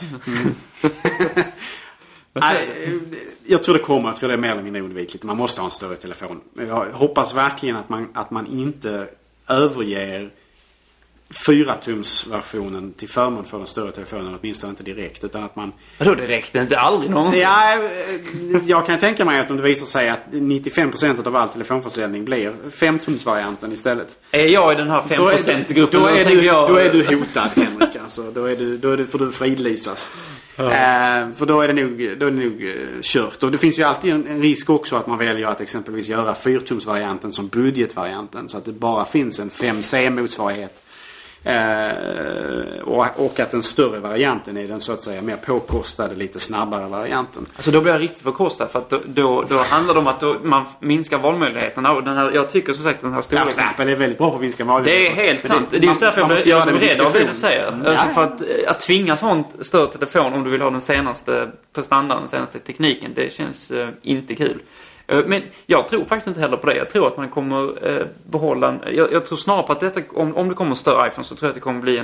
jag tror det kommer. Jag tror det är mer eller mindre oundvikligt. Man måste ha en större telefon. Jag hoppas verkligen att man inte överger 4-tums-versionen till förmån för den större telefonen, åtminstone inte direkt, utan att man... Då direkt, inte aldrig någonsin. Ja, jag kan tänka mig att om det visar sig att 95% av all telefonförsäljning blir 5-tums-varianten istället. Är jag i den här 5%-gruppen? Då är du hotad, Henrik. Alltså. Då får du fridlysas. För då är det nog kört. Och det finns ju alltid en risk också att man väljer att exempelvis göra 4-tums-varianten som budgetvarianten, så att det bara finns en 5C-motsvarighet. Och att den större varianten är den så att säga mer påkostade, lite snabbare varianten. Alltså då blir jag riktigt förkostad, för att då handlar det om att man minskar valmöjligheterna. Och jag tycker som sagt den här storleken... Ja, Apple är väldigt bra på att minska valmöjligheter. Det är helt sant. Det är just därför jag blir rädd av det du säger. Alltså för att tvinga sånt större telefon om du vill ha den senaste prestandan, den senaste tekniken, det känns inte kul. Men jag tror faktiskt inte heller på det. Jag tror att man kommer behålla... Jag tror snarare på att detta, om det kommer en större iPhone, så tror jag att det kommer bli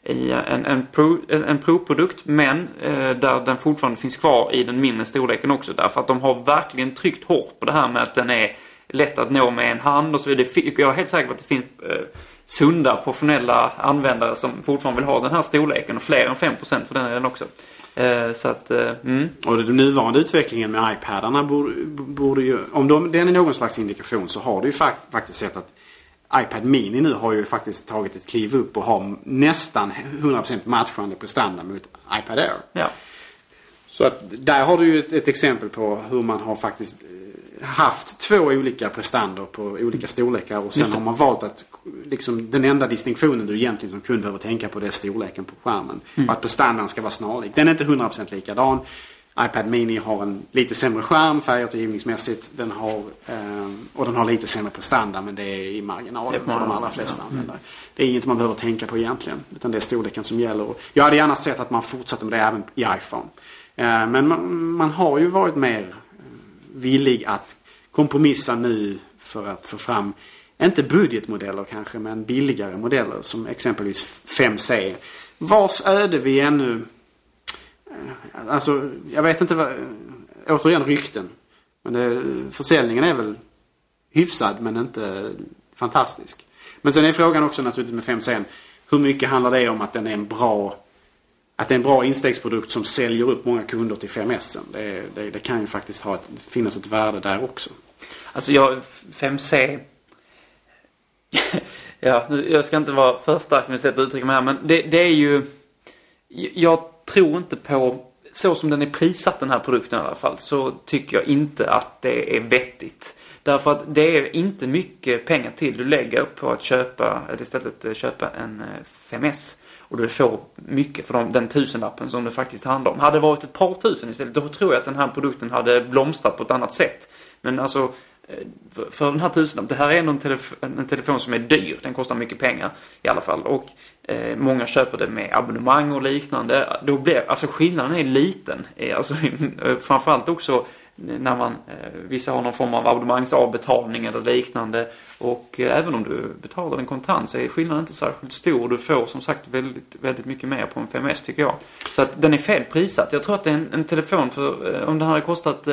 en Pro-produkt, men där den fortfarande finns kvar i den mindre storleken också. Därför att de har verkligen tryckt hårt på det här med att den är lätt att nå med en hand och så vidare. Jag är helt säker på att det finns sunda, professionella användare som fortfarande vill ha den här storleken, och fler än 5% för den är den också. Så att, Och den nuvarande utvecklingen med iPadarna borde ju, om den är någon slags indikation, så har du ju faktiskt sett att iPad Mini nu har ju faktiskt tagit ett kliv upp och har nästan 100% matchande prestanda mot iPad Air. Ja. Så att där har du ju ett exempel på hur man har faktiskt haft två olika prestander på olika storlekar, och sen har man valt att liksom, den enda distinktionen du egentligen som kund behöver tänka på, det är storleken på skärmen. Och att prestandan ska vara snarlik. Den är inte 100% likadan. iPad Mini har en lite sämre skärm färgåtergivningsmässigt. Den har lite sämre prestanda, men det är i marginalen för de allra flesta användare. Det är inget man behöver tänka på egentligen, utan det är storleken som gäller. Jag hade gärna sett att man fortsatte med det även i iPhone. Men man har ju varit mer villig att kompromissa nu för att få fram, inte budgetmodeller kanske, men billigare modeller som exempelvis 5C, vars öde vi ännu, alltså jag vet inte vad, återigen rykten, men försäljningen är väl hyfsad men inte fantastisk. Men sen är frågan också naturligtvis med 5C, hur mycket handlar det om att den är en bra instegsprodukt som säljer upp många kunder till 5S. Det kan ju faktiskt finnas ett värde där också. Alltså 5C... ja, jag ska inte vara för stark med sätt att uttrycka mig här, men det är ju... Jag tror inte på... Så som den är prissatt, den här produkten i alla fall, så tycker jag inte att det är vettigt. Därför att det är inte mycket pengar till du lägger på att köpa en 5S. Och du får mycket för den tusenlappen som det faktiskt handlar om. Hade det varit ett par tusen istället, då tror jag att den här produkten hade blomstrat på ett annat sätt. Men alltså, för den här tusenlappen, det här är ändå en telefon som är dyr. Den kostar mycket pengar i alla fall. Och många köper det med abonnemang och liknande. Då blir, alltså skillnaden är liten. Alltså, framförallt också när vissa har någon form av abonnemangsavbetalning eller liknande, och även om du betalar den kontant så är skillnaden inte särskilt stor. Du får som sagt väldigt, väldigt mycket mer på en 5S tycker jag. Så att den är fel prissatt. Jag tror att det är en telefon för, om den hade kostat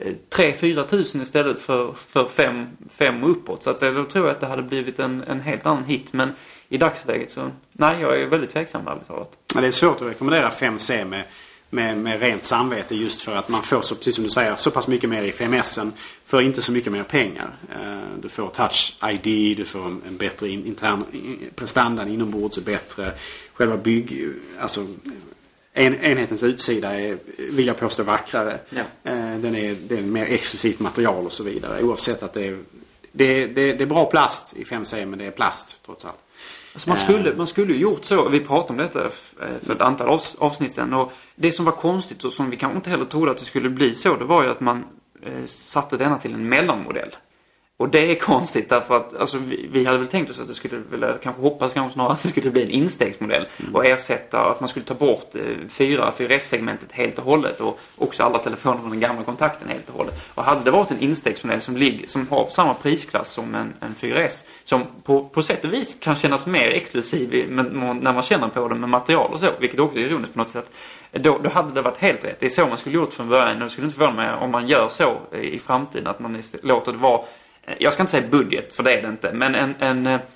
3-4 tusen istället för 5 uppåt, så att säga, då tror jag att det hade blivit en helt annan hit. Men i dagsläget så, nej, jag är väldigt tveksam ärligt talat. Det är svårt att rekommendera 5C med rent samvete, just för att man får, så, precis som du säger, så pass mycket mer i 5S:en för inte så mycket mer pengar. Du får Touch ID, du får en bättre intern prestandan inombords är bättre. Själva alltså enhetens utsida vill jag påstå, vackrare. Ja. Det är mer exklusivt material och så vidare. Oavsett att det är bra plast i 5C, men det är plast trots allt. Alltså man skulle ju gjort så, vi pratade om detta för ett antal avsnitt sedan, och det som var konstigt och som vi kanske inte heller trodde att det skulle bli så, det var ju att man satte denna till en mellanmodell. Och det är konstigt därför att alltså, vi hade väl tänkt oss att det skulle, kanske hoppas snarare att det skulle bli en instegsmodell och ersätta, att man skulle ta bort 4S-segmentet helt och hållet och också alla telefoner från den gamla kontakten helt och hållet. Och hade det varit en instegsmodell som har samma prisklass som en 4S, som på sätt och vis kan kännas mer exklusiv när man känner på den med material och så, vilket också är ironiskt på något sätt, då hade det varit helt rätt. Det är så man skulle gjort från början, och det skulle inte förvåna mig om man gör så i framtiden, att man låter det vara, jag ska inte säga budget, för det är det inte, men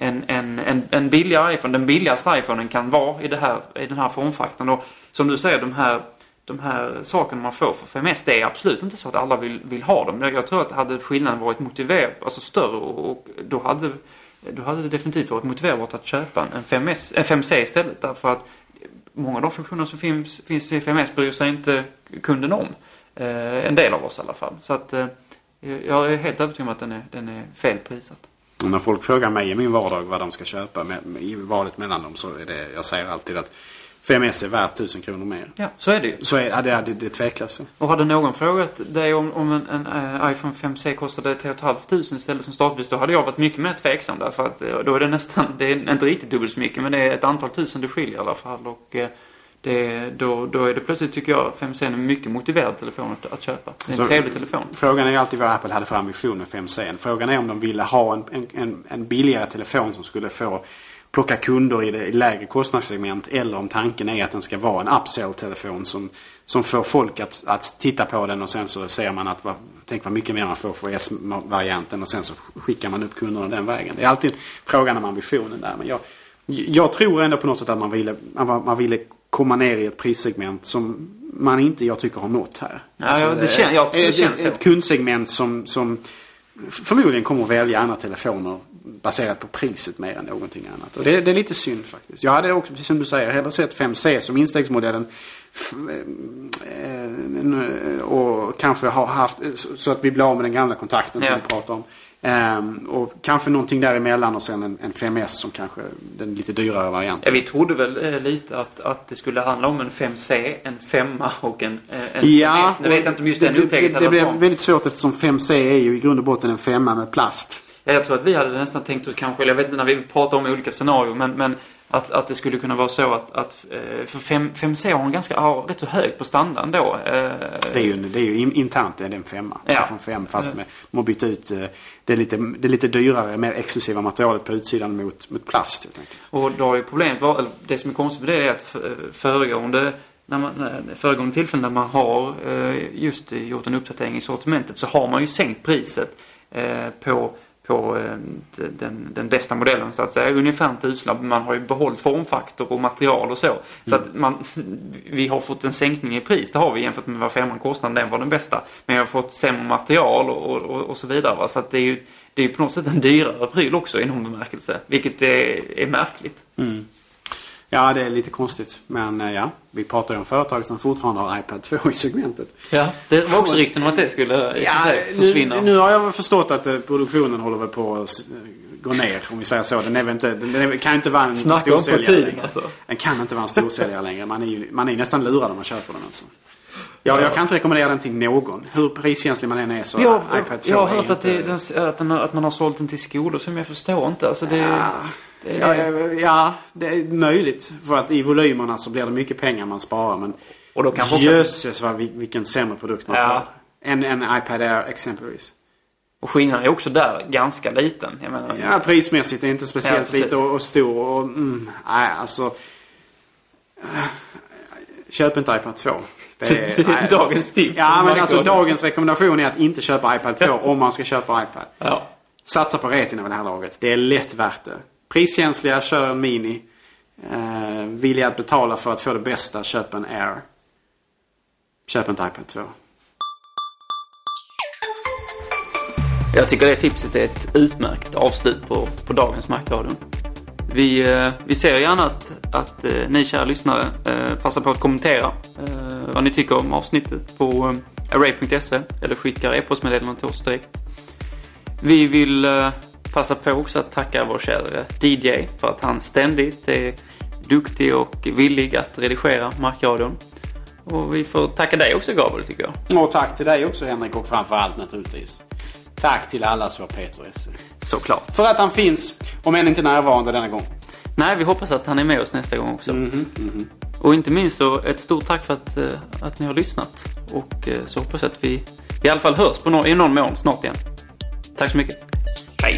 en billigare iPhone, den billigaste iPhonen kan vara i den här formfaktorn. Och som du säger, de här sakerna man får för 5S, det är absolut inte så att alla vill ha dem. Jag tror att hade skillnaden varit större och då hade det definitivt varit motiverat att köpa en 5C istället. Därför att många av de funktioner som finns i 5S bryr sig inte kunden om. En del av oss i alla fall. Så att jag är helt övertygad om att den är felprisat. Och när folk frågar mig i min vardag vad de ska köpa i valet mellan dem, så är det, jag säger alltid att 5S är värt 1000 kronor mer. Ja, så är det ju. Så det tveklöst. Och hade någon frågat dig om en iPhone 5C kostade 3 500 istället som startpris, då hade jag varit mycket mer tveksam där. För att då är det är inte riktigt dubbelt så mycket, men det är ett antal tusen det skiljer i alla fall. Och då är det plötsligt, tycker jag, 5C är en mycket motiverad telefon att köpa. Det är en trevlig telefon. Frågan är ju alltid vad Apple hade för ambition med 5C. Frågan är om de ville ha en billigare telefon som skulle få plocka kunder i lägre kostnadssegment, eller om tanken är att den ska vara en upsell-telefon som får folk att titta på den, och sen så ser man att tänk vad mycket mer man får för S-varianten, och sen så skickar man upp kunderna den vägen. Det är alltid frågan om ambitionen där. Men jag tror ändå på något sätt att man ville komma ner i ett prissegment som man inte, jag tycker, har nått här. Ja, det känns ett kundsegment som förmodligen kommer att välja andra telefoner baserat på priset mer än någonting annat. Och det är lite synd faktiskt. Jag hade också, precis som du säger, hellre sett 5C som instegsmodellen och kanske har haft så att vi blir av med den gamla kontakten som vi pratar om. Och kanske någonting däremellan, och sen en 5S som kanske den lite dyrare varianten. Ja, vi trodde väl lite att det skulle handla om en 5C, en 5 och en 5S. Nu vet jag inte om just den upplägget. Det blev väldigt svårt, eftersom 5C är ju i grund och botten en 5 med plast. Ja, jag tror att vi hade nästan tänkt oss kanske, jag vet inte när vi pratar om olika scenarier, men att det skulle kunna vara så att för 5C har rätt så hög på standard då. Det är ju internt, det är en 5. Ja. Från 5 fast med man bytt ut det är lite dyrare, mer exklusiva materialet på utsidan mot plast helt enkelt. Och då är ju problemet, det som är konstigt med det är att föregående tillfällen när man har just gjort en uppdatering i sortimentet, så har man ju sänkt priset på den bästa modellen, så att säga, ungefär en tusenlapp. Man har ju behållit formfaktor och material och så. Så att vi har fått en sänkning i pris, det har vi, jämfört med vad 5 kostnaden, den var den bästa. Men jag har fått sämre material och så vidare. Va? Så att det är ju på något sätt en dyrare pryl också i någon bemärkelse, vilket är märkligt. Mm. Ja, det är lite konstigt. Men vi pratar ju om företag som fortfarande har iPad 2 i segmentet. Ja, det var också rykten om att det skulle försvinna. Nu har jag förstått att produktionen håller väl på att gå ner, om vi säger så. Den kan inte vara en storsäljare längre. Alltså. Den kan inte vara en storsäljare längre. Man är nästan lurad om man köper den. Alltså. Jag kan inte rekommendera den till någon. Hur priskänslig man än är, så iPad 2 jag har hört att man har sålt den till skolor, som jag förstår inte. Alltså det är möjligt. För att i volymerna så blir det mycket pengar man sparar. Men och då kan jösses vilken sämre produkt man får. En iPad Air exempelvis. Och skillnaden är också där ganska liten. Jag menar, prismässigt är inte speciellt lite och stor. Köp inte iPad 2. Det är dagens tips. Ja, men alltså dagens rekommendation är att inte köpa iPad 2 om man ska köpa iPad. Ja. Satsa på Retina med det här laget. Det är lätt värt det. Priskänsliga, kör en Mini. Vilja att betala för att få det bästa, köp en Air. Köp inte iPad 2. Jag tycker det tipset är ett utmärkt avslut på dagens Macradion. Vi ser gärna att ni kära lyssnare passar på att kommentera vad ni tycker om avsnittet på array.se eller skickar e-postmeddelanden till oss direkt. Vi vill passa på också att tacka vår kära DJ för att han ständigt är duktig och villig att redigera Macradion. Och vi får tacka dig också, Gabriel, tycker jag. Och tack till dig också, Henrik, och framförallt naturligtvis tack till allas för Peter Esse. Såklart. För att han finns, om än inte närvarande denna gång. Nej, vi hoppas att han är med oss nästa gång också. Och inte minst så ett stort tack för att ni har lyssnat. Och så hoppas jag att vi i alla fall hörs i någon mån snart igen. Tack så mycket. Hej.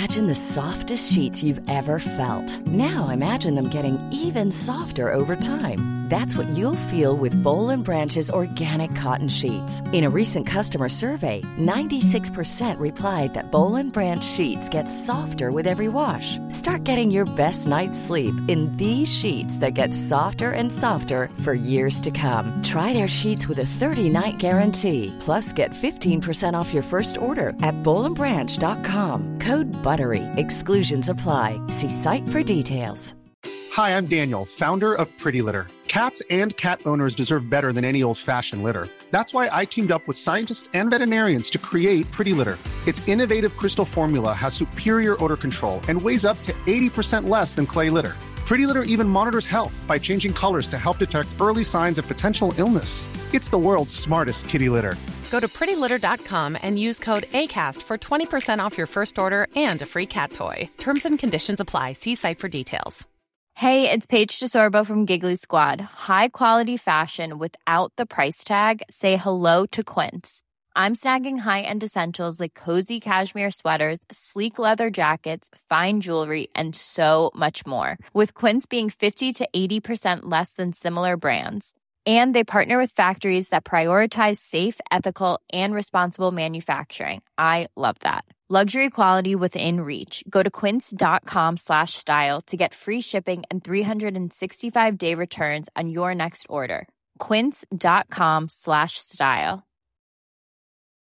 imagine the softest sheets you've ever felt. Now imagine them getting even softer over time. That's what you'll feel with Boll & Branch's organic cotton sheets. In a recent customer survey, 96% replied that Boll & Branch sheets get softer with every wash. Start getting your best night's sleep in these sheets that get softer and softer for years to come. Try their sheets with a 30-night guarantee. Plus, get 15% off your first order at bollandbranch.com. Code BUTTERY. Exclusions apply. See site for details. Hi, I'm Daniel, founder of Pretty Litter. Cats and cat owners deserve better than any old-fashioned litter. That's why I teamed up with scientists and veterinarians to create Pretty Litter. Its innovative crystal formula has superior odor control and weighs up to 80% less than clay litter. Pretty Litter even monitors health by changing colors to help detect early signs of potential illness. It's the world's smartest kitty litter. Go to prettylitter.com and use code ACAST for 20% off your first order and a free cat toy. Terms and conditions apply. See site for details. Hey, it's Paige DeSorbo from Giggly Squad. High quality fashion without the price tag. Say hello to Quince. I'm snagging high-end essentials like cozy cashmere sweaters, sleek leather jackets, fine jewelry, and so much more. With Quince being 50 to 80% less than similar brands. And they partner with factories that prioritize safe, ethical, and responsible manufacturing. I love that. Luxury quality within reach. Go to quince.com/style to get free shipping and 365-day returns on your next order. Quince.com/style.